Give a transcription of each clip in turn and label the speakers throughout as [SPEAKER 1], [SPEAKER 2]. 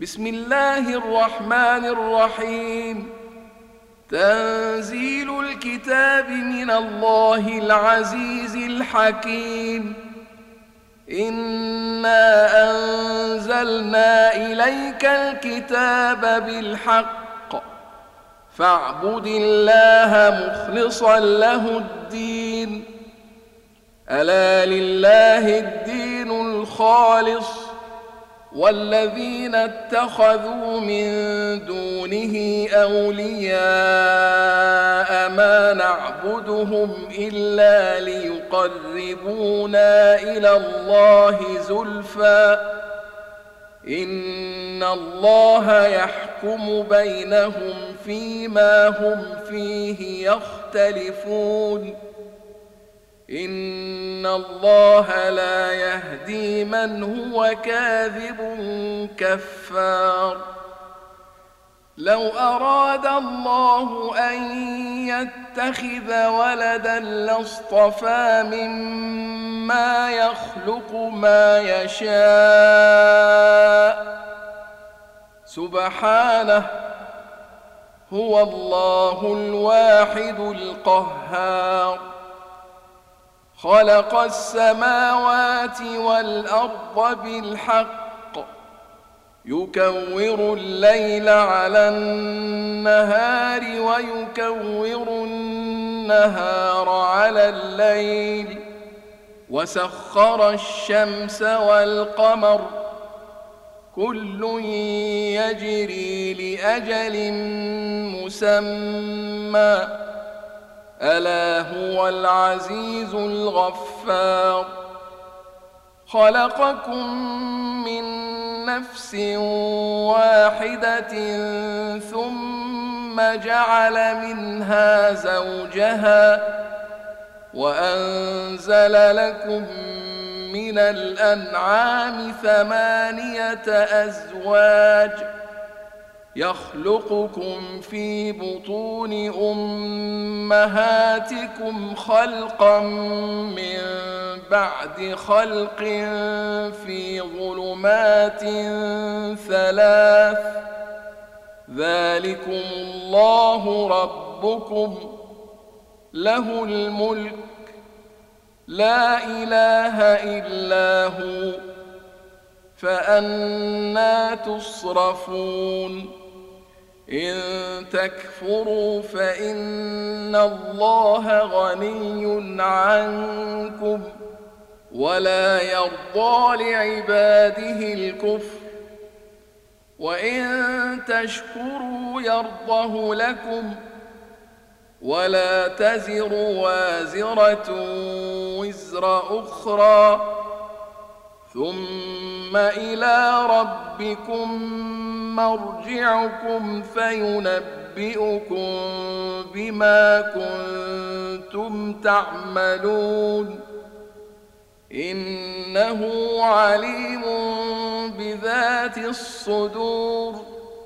[SPEAKER 1] بسم الله الرحمن الرحيم. تنزيل الكتاب من الله العزيز الحكيم. إنا أنزلنا إليك الكتاب بالحق فاعبد الله مخلصا له الدين. ألا لله الدين الخالص والذين اتخذوا من دونه أولياء ما نعبدهم إلا ليقربونا إلى الله زلفى إن الله يحكم بينهم فيما هم فيه يختلفون. إن الله لا يهدي من هو كاذب كفار. لو أراد الله أن يتخذ ولدا لاصطفى مما يخلق ما يشاء سبحانه هو الله الواحد القهار. خلق السماوات والأرض بالحق يكور الليل على النهار ويكور النهار على الليل وسخر الشمس والقمر كل يجري لأجل مسمى ألا هو العزيز الغفار. خلقكم من نفس واحدة ثم جعل منها زوجها وأنزل لكم من الأنعام 8 أزواج يخلقكم في بطون أمهاتكم خلقا من بعد خلق في ظلمات 3 ذلكم الله ربكم له الملك لا إله إلا هو فأنى تصرفون. إن تكفروا فإن الله غني عنكم ولا يرضى لعباده الكفر وإن تشكروا يرضه لكم ولا تزر وازرة وزر أخرى ثم إلى ربكم مرجعكم فينبئكم بما كنتم تعملون إنه عليم بذات الصدور.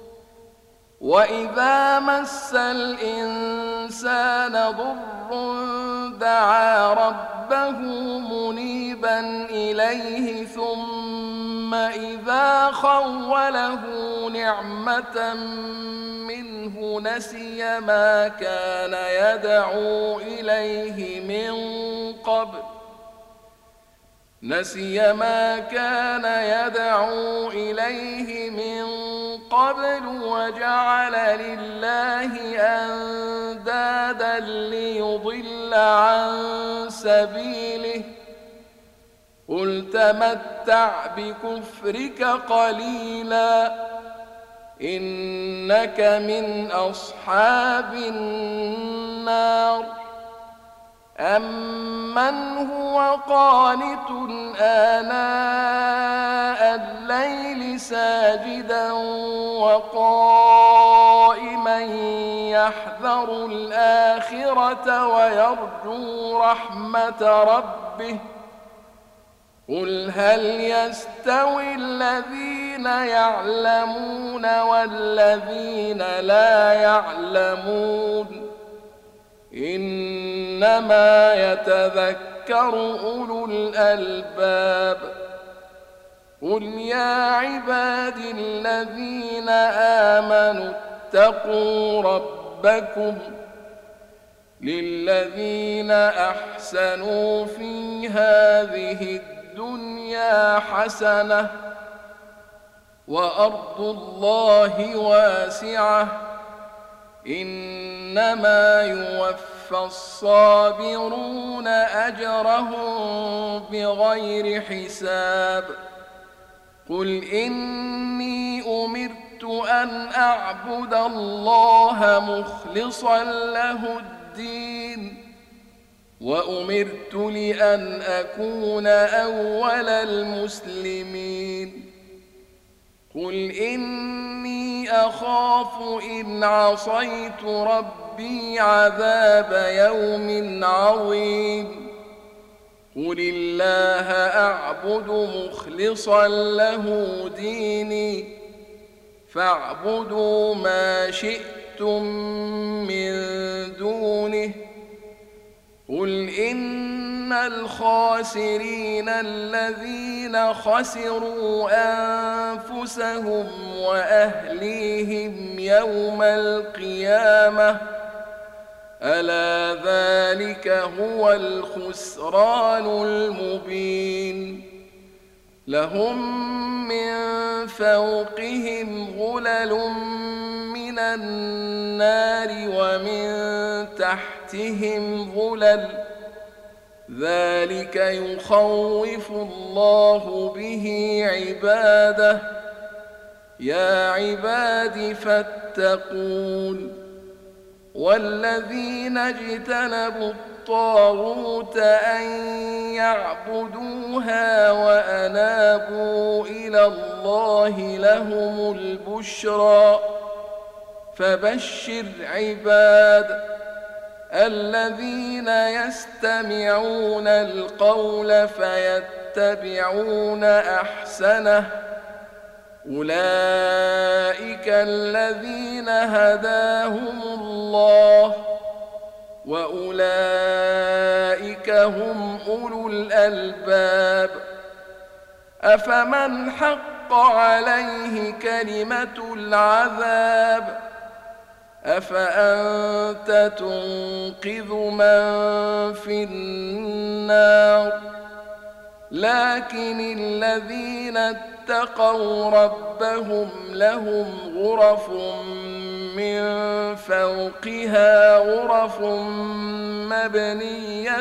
[SPEAKER 1] وإذا مس الإنسان ضر دعا ربه منيبا إليه ثم إذا خوله نعمة منه نسي ما كان يدعو إليه من قبل وجعل لله أندادا ليضل عن سبيله قل تمتع بكفرك قليلا إنك من أصحاب النار. أمن هو قانت آناء الليل ساجدا وقائما يحذر الآخرة ويرجو رحمة ربه قل هل يستوي الذين يعلمون والذين لا يعلمون إنما يتذكر أولو الألباب. قل يا عبادي الذين آمنوا اتقوا ربكم للذين أحسنوا في هذه الدنيا حسنة وأرض الله واسعة إنما يوفى الصابرون أجرهم بغير حساب قل إني أمرت أن أعبد الله مخلصا له الدين وأمرت لأن أكون أول المسلمين قل إني أخاف إن عصيت ربي عذاب يوم عظيم قل الله أعبد مخلصا له ديني فاعبدوا ما شئتم من دونه قل إن الخاسرين الذين خسروا أنفسهم وأهليهم يوم القيامة ألا ذلك هو الخسران المبين لهم من فوقهم غلل من النار ومن تحتهم غلل ذلك يخوف الله به عباده يا عباد فاتقون والذين اجتنبوا الطاغوت أن يعبدوها وأنابوا إلى الله لهم البشرى فبشر عباد الذين يستمعون القول فيتبعون أحسنه أولئك الذين هداهم الله وأولئك هم أولو الألباب أفمن حق عليه كلمة العذاب أفأنت تنقذ من في النار لكن الذين اتقوا ربهم لهم غرف من فوقها غرف مبنية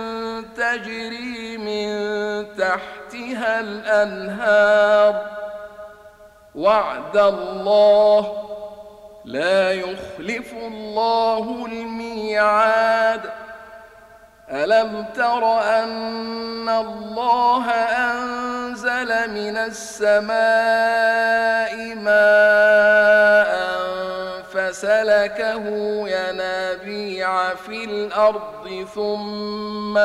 [SPEAKER 1] تجري من تحتها الأنهار وعد الله لا يخلف الله الميعاد ألم تر أن الله أنزل من السماء ماء فسلكه ينابيع في الأرض ثم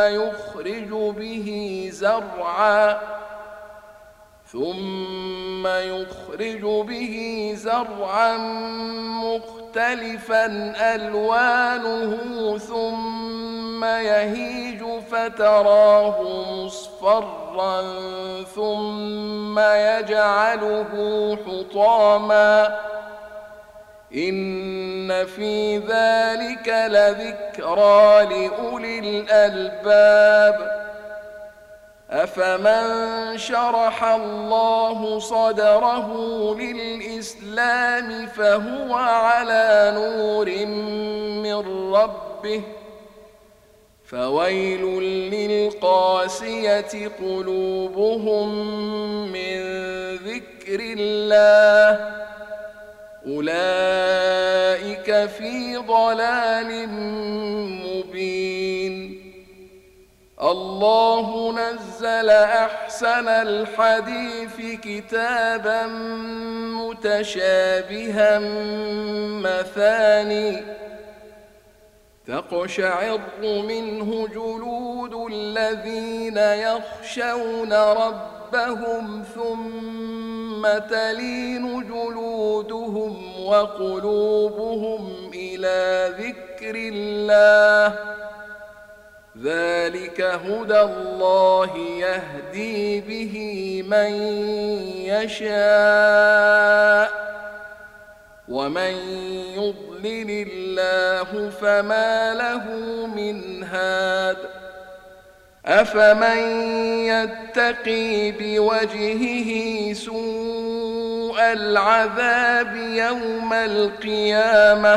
[SPEAKER 1] يخرج به زرعا مختلفا ألوانه ثم يهيج فتراه مصفرا ثم يجعله حطاما إن في ذلك لذكرى لأولي الألباب أفمن شرح الله صدره للإسلام فهو على نور من ربه فويل للقاسية قلوبهم من ذكر الله أولئك في ضلال مبين الله نزل أحسن الحديث كتابا متشابها مثاني تقشعر منه جلود الذين يخشون ربهم ثم تلين جلودهم وقلوبهم إلى ذكر الله ذلك هدى الله يهدي به من يشاء ومن يضلل الله فما له من هاد أفمن يتقي بوجهه سوء العذاب يوم القيامة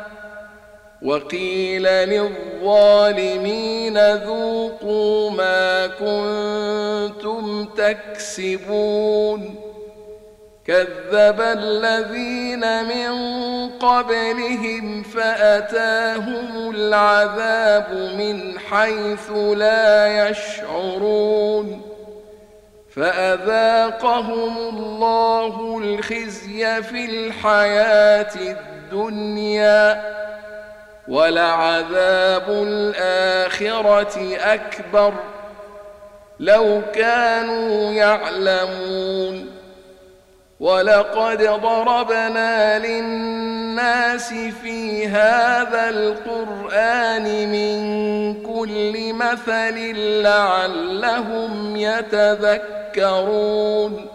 [SPEAKER 1] وقيل للظالمين ذوقوا ما كنتم تكسبون كذب الذين من قبلهم فأتاهم العذاب من حيث لا يشعرون فأذاقهم الله الخزي في الحياة الدنيا ولعذاب الآخرة أكبر لو كانوا يعلمون ولقد ضربنا للناس في هذا القرآن من كل مثل لعلهم يتذكرون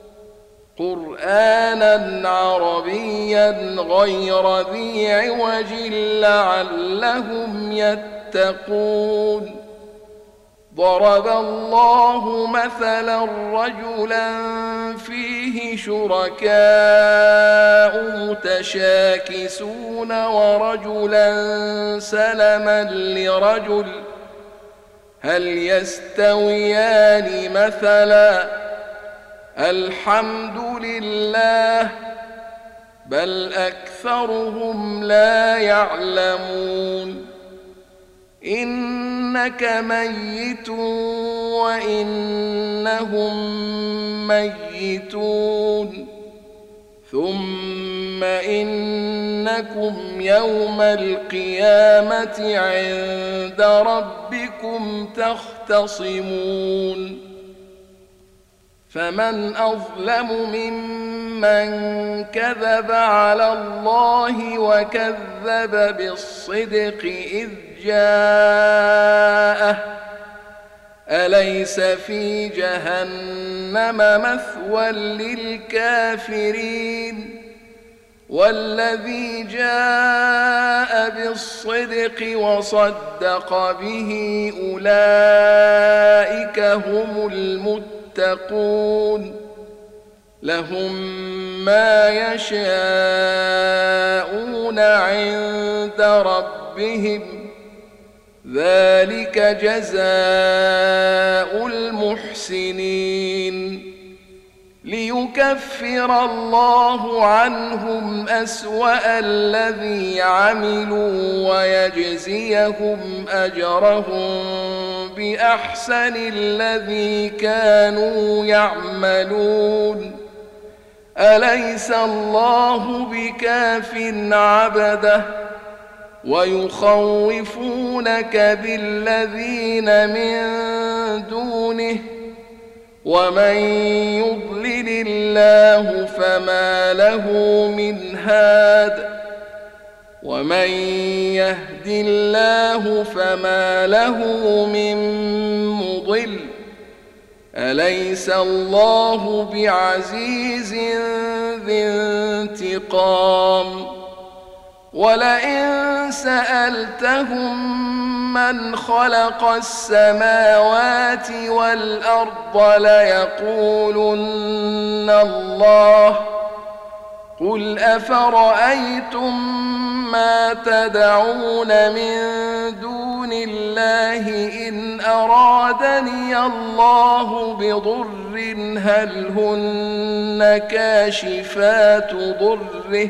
[SPEAKER 1] قرآنا عربيا غير ذي عوج لعلهم يتقون ضرب الله مثلا رجلا فيه شركاء متشاكسون ورجلا سلما لرجل هل يستويان مثلا الحمد لله بل أكثرهم لا يعلمون إنك ميت وإنهم ميتون ثم إنكم يوم القيامة عند ربكم تختصمون فمن أظلم ممن كذب على الله وكذب بالصدق إذ جاءه أليس في جهنم مثوى للكافرين والذي جاء بالصدق وصدق به أولئك هم المتقون لهم ما يشاءون عند ربهم ذلك جزاء المحسنين ليكفر الله عنهم أسوأ الذي عملوا ويجزيهم أجرهم بأحسن الذي كانوا يعملون أليس الله بكاف عبده ويخوفونك بالذين من دونه ومن يضلل الله فما له من هاد ومن يهد الله فما له من مضل أليس الله بعزيز ذي انتقام ولئن سألتهم من خلق السماوات والأرض ليقولن الله قل أفرأيتم ما تدعون من دون الله إن أرادني الله بضر هل هن كاشفات ضره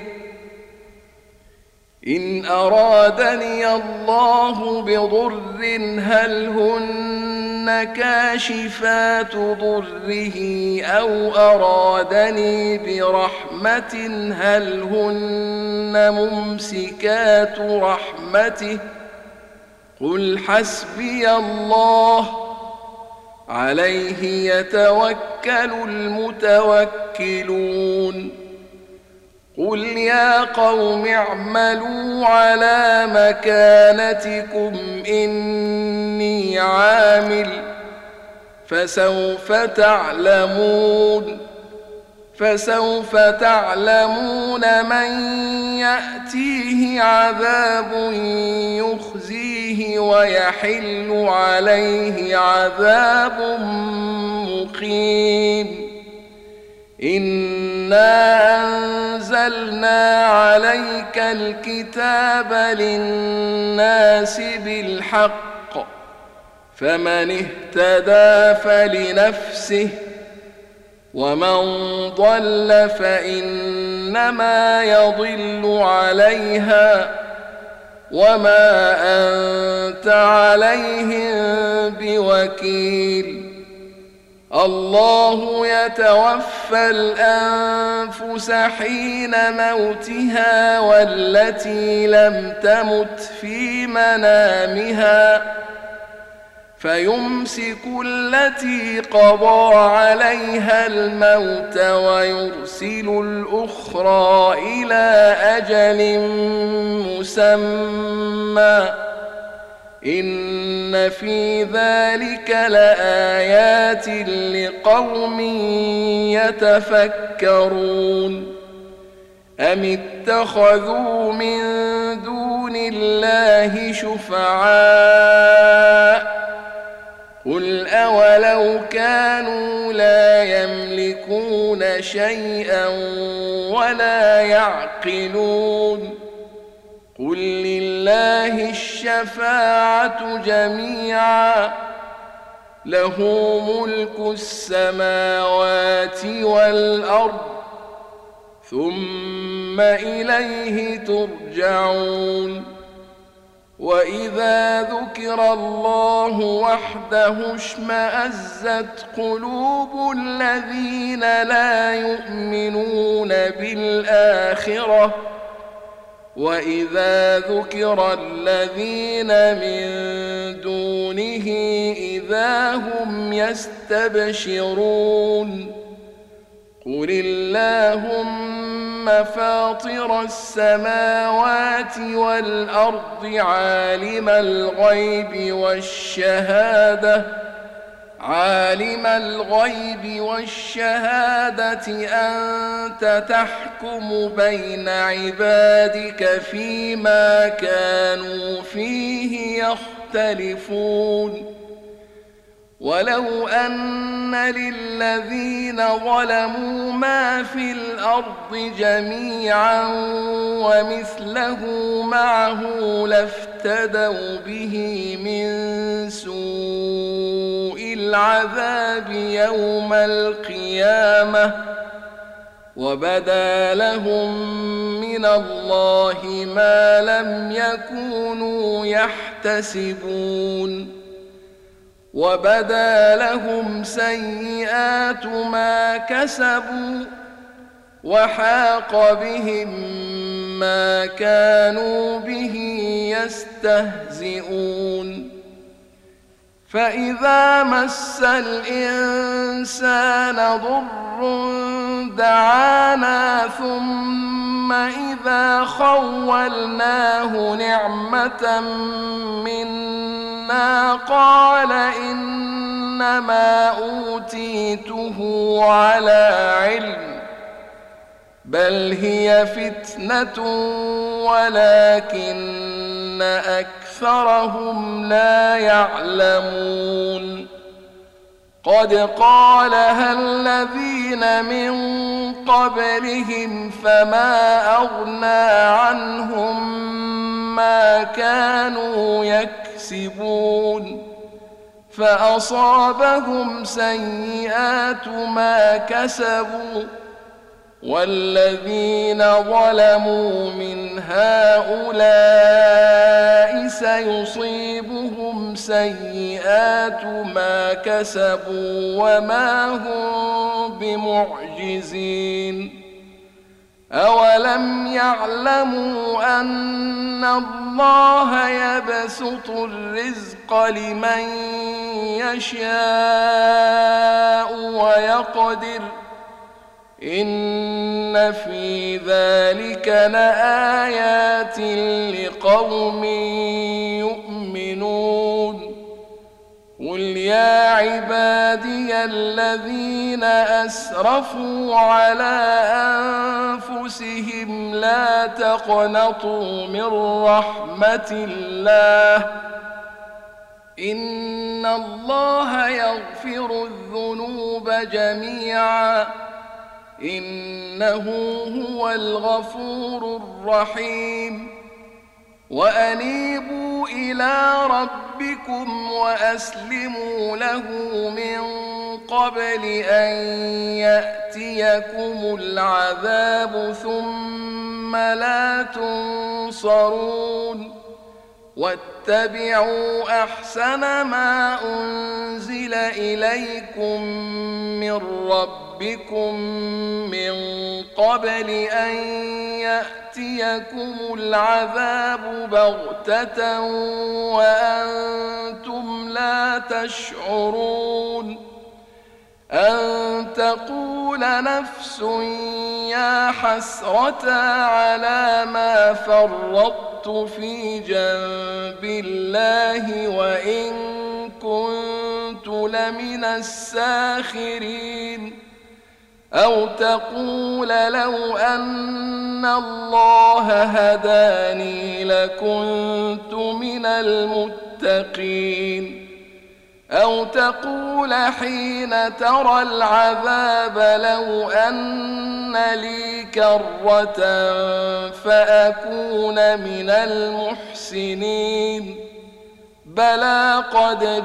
[SPEAKER 1] إن أرادني الله بضر هل هن كاشفات ضره أو أرادني برحمة هل هن ممسكات رحمته قل حسبي الله عليه يتوكل المتوكلون قل يا قوم اعملوا على مكانتكم إني عامل فسوف تعلمون من يأتيه عذاب يخزيه ويحل عليه عذاب مقيم. إنا أنزلنا عليك الكتاب للناس بالحق فمن اهتدى فلنفسه ومن ضل فإنما يضل عليها وما أنت عليهم بوكيل. الله يتوفى الأنفس حين موتها والتي لم تمت في منامها فيمسك التي قضى عليها الموت ويرسل الأخرى إلى أجل مسمى إن في ذلك لآيات لقوم يتفكرون. أم اتخذوا من دون الله شفعاء قل أولو كانوا لا يملكون شيئا ولا يعقلون قل لله الشفاعة جميعا له ملك السماوات والأرض ثم إليه ترجعون. وإذا ذكر الله وحده اشمأزت قلوب الذين لا يؤمنون بالآخرة وإذا ذكر الذين من دونه إذا هم يستبشرون قل اللهم فاطر السماوات والأرض عالم الغيب والشهادة أنت تحكم بين عبادك فيما كانوا فيه يختلفون. ولو أن للذين ظلموا ما في الأرض جميعا ومثله معه لافتدوا به من سوء العذاب يوم القيامة وبدا لهم من الله ما لم يكونوا يحتسبون وبدا لهم سيئات ما كسبوا وحاق بهم ما كانوا به يستهزئون. فإذا مس الإنسان ضر دعانا ثم إذا خولناه نعمة منا قال إنما أوتيته على علم بل هي فتنة ولكن أكثرهم لا يعلمون. قد قالها الذين من قبلهم فما أغنى عنهم ما كانوا يكسبون فأصابهم سيئات ما كسبوا والذين ظلموا من هؤلاء سيصيبهم سيئات ما كسبوا وما هم بمعجزين. أولم يعلموا أن الله يبسط الرزق لمن يشاء ويقدر إن في ذلك لآيات لقوم يؤمنون. يا عبادي الذين أسرفوا على أنفسهم لا تقنطوا من رحمة الله إن الله يغفر الذنوب جميعا إنه هو الغفور الرحيم وأنيبوا إلى ربكم وأسلموا له من قبل أن يأتيكم العذاب ثم لا تنصرون واتبعوا أحسن ما أنزل إليكم من ربكم من قبل أن يأتيكم العذاب بغتة وأنتم لا تشعرون أن تقول نفس يا حسرة على ما فرطت في جنب الله وإن كنت لمن الساخرين أو تقول لو أن الله هداني لكنت من المتقين أو تقول حين ترى العذاب لو أن لي كرة فأكون من المحسنين بلى قد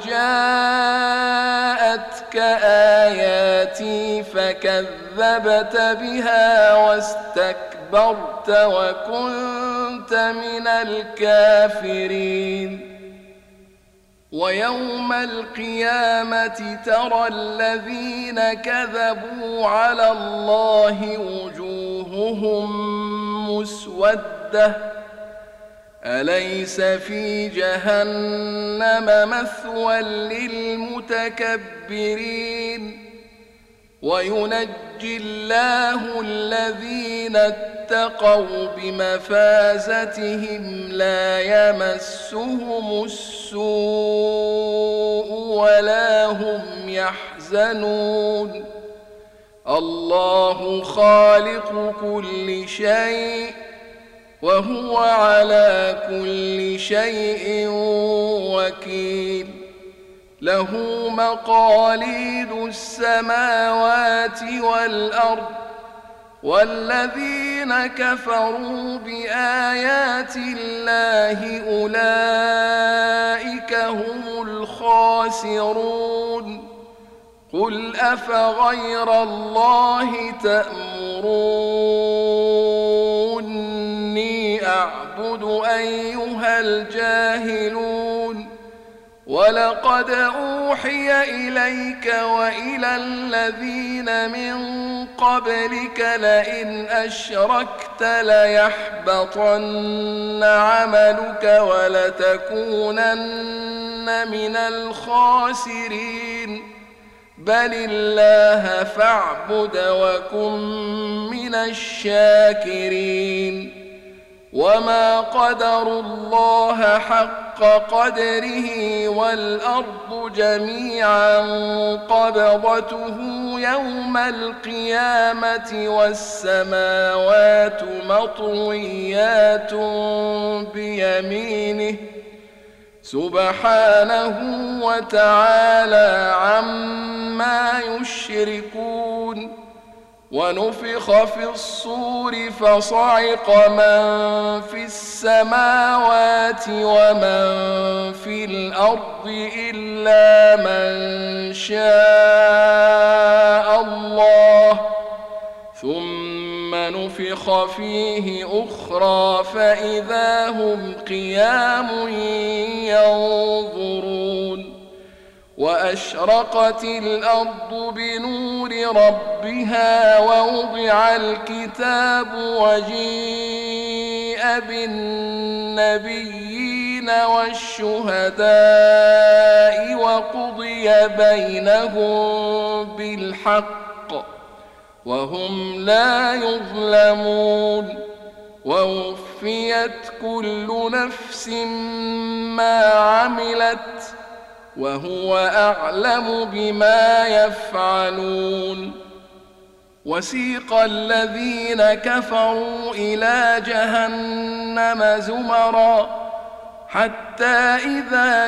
[SPEAKER 1] جاءتك آياتي فكذبت بها واستكبرت وكنت من الكافرين ويوم القيامة ترى الذين كذبوا على الله وجوههم مسودة أليس في جهنم مثوى للمتكبرين وينجي الله الذين اتقوا بمفازتهم لا يمسهم السوء ولا هم يحزنون الله خالق كل شيء وهو على كل شيء وكيل له مقاليد السماوات والأرض والذين كفروا بآيات الله أولئك هم الخاسرون قل أفغير الله تأمروني أعبد أيها الجاهلون ولقد أوحي إليك وإلى الذين من قبلك لئن أشركت ليحبطن عملك ولتكونن من الخاسرين بل الله فاعبد وكن من الشاكرين وما قدروا الله حق قدره والأرض جميعا قبضته يوم القيامة والسماوات مطويات بيمينه سبحانه وتعالى عما يشركون ونفخ في الصور فصعق من في السماوات ومن في الأرض إلا من شاء الله ثم نفخ فيه أخرى فإذا هم قيام ينظرون وأشرقت الأرض بنور ربها ووضع الكتاب وجيء بالنبيين والشهداء وقضي بينهم بالحق وهم لا يظلمون ووفيت كل نفس ما عملت وهو أعلم بما يفعلون. وسيق الذين كفروا إلى جهنم زمرا حتى إذا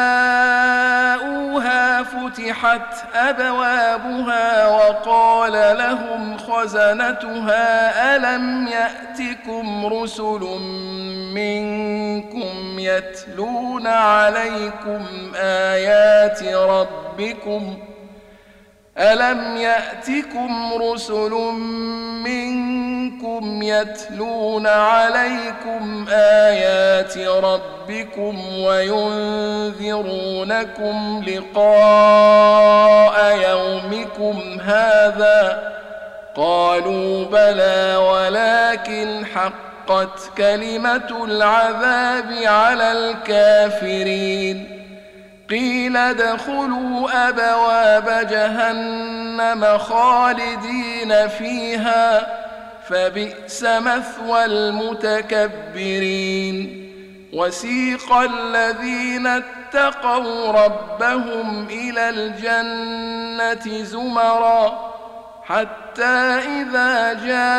[SPEAKER 1] جاءوها فتحت أبوابها وقال لهم خزنتها ألم يأتكم رسل منكم يتلون عليكم آيات ربكم ألم يأتكم رسل منكم يتلون عليكم آيات ربكم وينذرونكم لقاء يومكم هذا قالوا بلى ولكن حقت كلمة العذاب على الكافرين. قيل ادخلوا أبواب جهنم خالدين فيها فبئس مثوى المتكبرين. وسيق الذين اتقوا ربهم إلى الجنة زمرا حتى إذا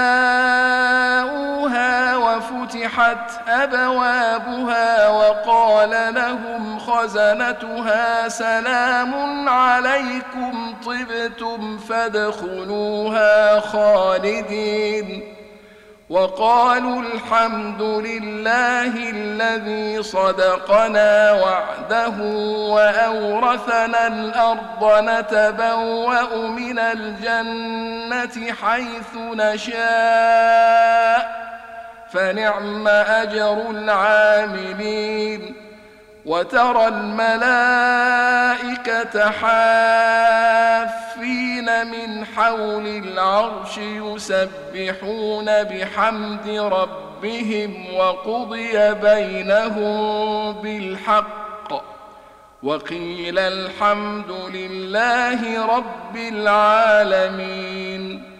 [SPEAKER 1] جاءوها وفتحت أبوابها وقال لهم خزنتها سلام عليكم طبتم فادخلوها خالدين. وقالوا الحمد لله الذي صدقنا وعده وأورثنا الأرض نتبوأ من الجنة حيث نشاء فنعم أجر العاملين. وترى الملائكة حافين من حول العرش يسبحون بحمد ربهم وقضي بينهم بالحق وقيل الحمد لله رب العالمين.